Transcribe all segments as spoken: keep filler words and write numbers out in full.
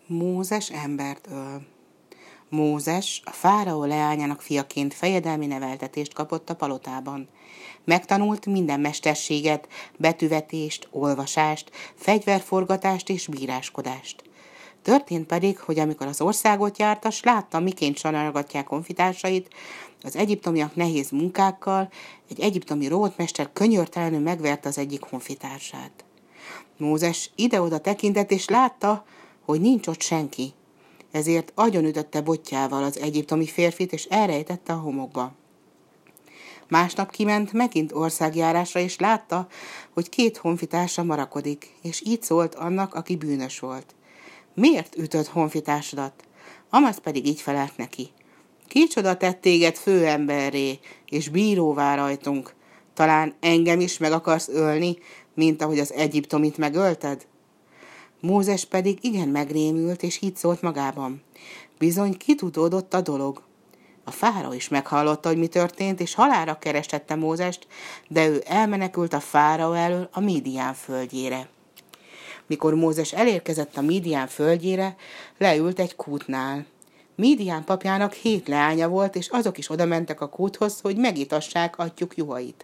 Mózes embert öl. Mózes a fáraó leányának fiaként fejedelmi neveltetést kapott a palotában. Megtanult minden mesterséget, betűvetést, olvasást, fegyverforgatást és bíráskodást. Történt pedig, hogy amikor az országot járta, s látta, miként sanargatják honfitársait, az egyiptomiak nehéz munkákkal, egy egyiptomi rótmester könyörtelenül megverte az egyik honfitársát. Mózes ide-oda tekintett, és látta, hogy nincs ott senki. Ezért agyonütötte botjával az egyiptomi férfit, és elrejtette a homokba. Másnap kiment megint országjárásra, és látta, hogy két honfitársa marakodik, és így szólt annak, aki bűnös volt. Miért ütött honfitársadat? Amaz pedig így felelt neki. Kicsoda tett téged főemberré, és bíróvá rajtunk? Talán engem is meg akarsz ölni, mint ahogy az egyiptomit megölted? Mózes pedig igen megrémült, és így szólt magában. Bizony kitudódott a dolog. A fáraó is meghallotta, hogy mi történt, és halálra kerestette Mózest, de ő elmenekült a fáraó elől a Mídián földjére. Mikor Mózes elérkezett a Mídián földjére, leült egy kútnál. Mídián papjának hét leánya volt, és azok is odamentek a kúthoz, hogy megitassák atyjuk juhait.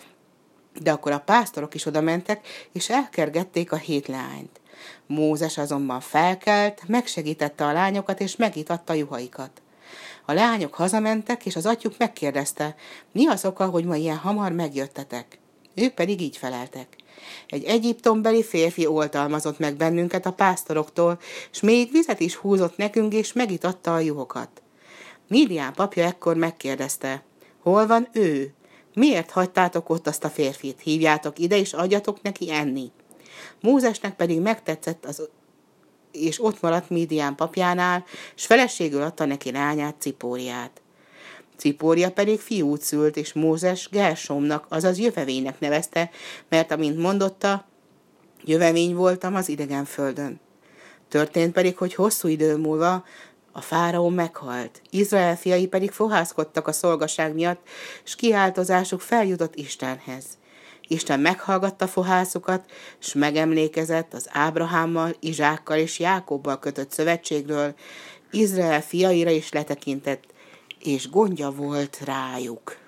De akkor a pásztorok is odamentek, és elkergették a hét leányt. Mózes azonban felkelt, megsegítette a lányokat, és megitatta juhaikat. A leányok hazamentek, és az atyjuk megkérdezte, mi az oka, hogy ma ilyen hamar megjöttetek? Ők pedig így feleltek. Egy egyiptombeli férfi oltalmazott meg bennünket a pásztoroktól, és még vizet is húzott nekünk, és megitatta a juhokat. Mídián papja ekkor megkérdezte, hol van ő? Miért hagytátok ott azt a férfit? Hívjátok ide, és adjatok neki enni. Mózesnek pedig megtetszett, az, és ott maradt Mídián papjánál, s feleségül adta neki lányát, Cipóriát. Cipória pedig fiút szült, és Mózes Gersomnak, azaz jövevénynek nevezte, mert amint mondotta, jövevény voltam az idegen földön. Történt pedig, hogy hosszú idő múlva a fáraó meghalt, Izrael fiai pedig fohászkodtak a szolgaság miatt, s kiáltozásuk feljutott Istenhez. Isten meghallgatta fohászukat, s megemlékezett az Ábrahámmal, Izsákkal és Jákobbal kötött szövetségről, Izrael fiaira is letekintett, és gondja volt rájuk.